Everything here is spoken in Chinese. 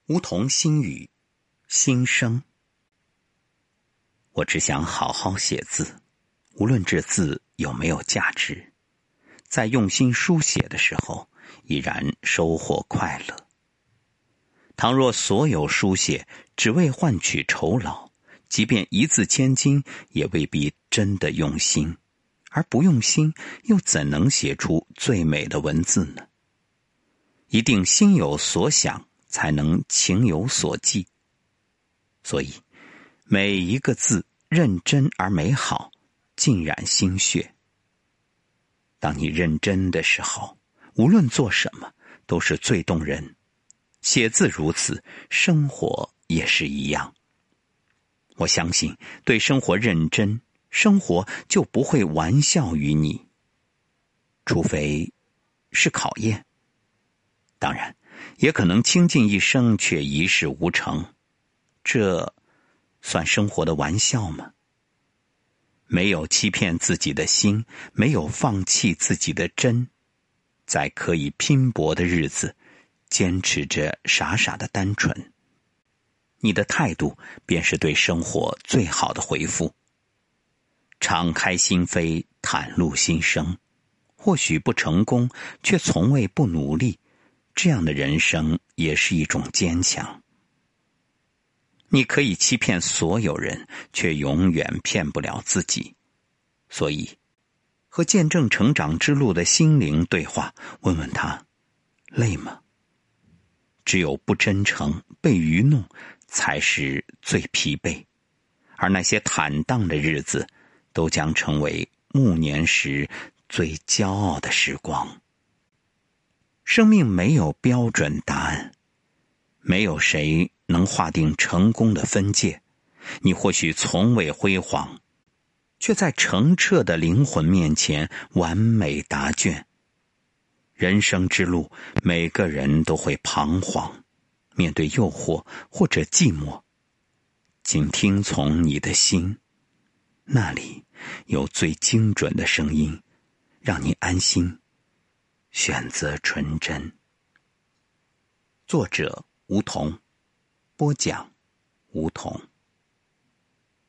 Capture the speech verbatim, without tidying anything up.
梧桐心语，心声。我只想好好写字，无论这字有没有价值，在用心书写的时候，依然收获快乐。倘若所有书写只为换取酬劳，即便一字千金，也未必真的用心，而不用心，又怎能写出最美的文字呢？一定心有所想，才能情有所寄。所以每一个字认真而美好，浸染心血。当你认真的时候，无论做什么都是最动人。写字如此，生活也是一样。我相信对生活认真，生活就不会玩笑于你，除非是考验。当然也可能倾尽一生却一事无成，这算生活的玩笑吗？没有欺骗自己的心，没有放弃自己的真，在可以拼搏的日子，坚持着傻傻的单纯，你的态度便是对生活最好的回复。敞开心扉，袒露心声，或许不成功，却从未不努力，这样的人生也是一种坚强。你可以欺骗所有人，却永远骗不了自己。所以和见证成长之路的心灵对话，问问他，累吗？只有不真诚，被愚弄，才是最疲惫。而那些坦荡的日子，都将成为暮年时最骄傲的时光。生命没有标准答案，没有谁能划定成功的分界。你或许从未辉煌，却在澄澈的灵魂面前完美答卷。人生之路，每个人都会彷徨，面对诱惑或者寂寞，请听从你的心，那里有最精准的声音，让你安心，选择纯真。作者：梧桐，播讲：梧桐。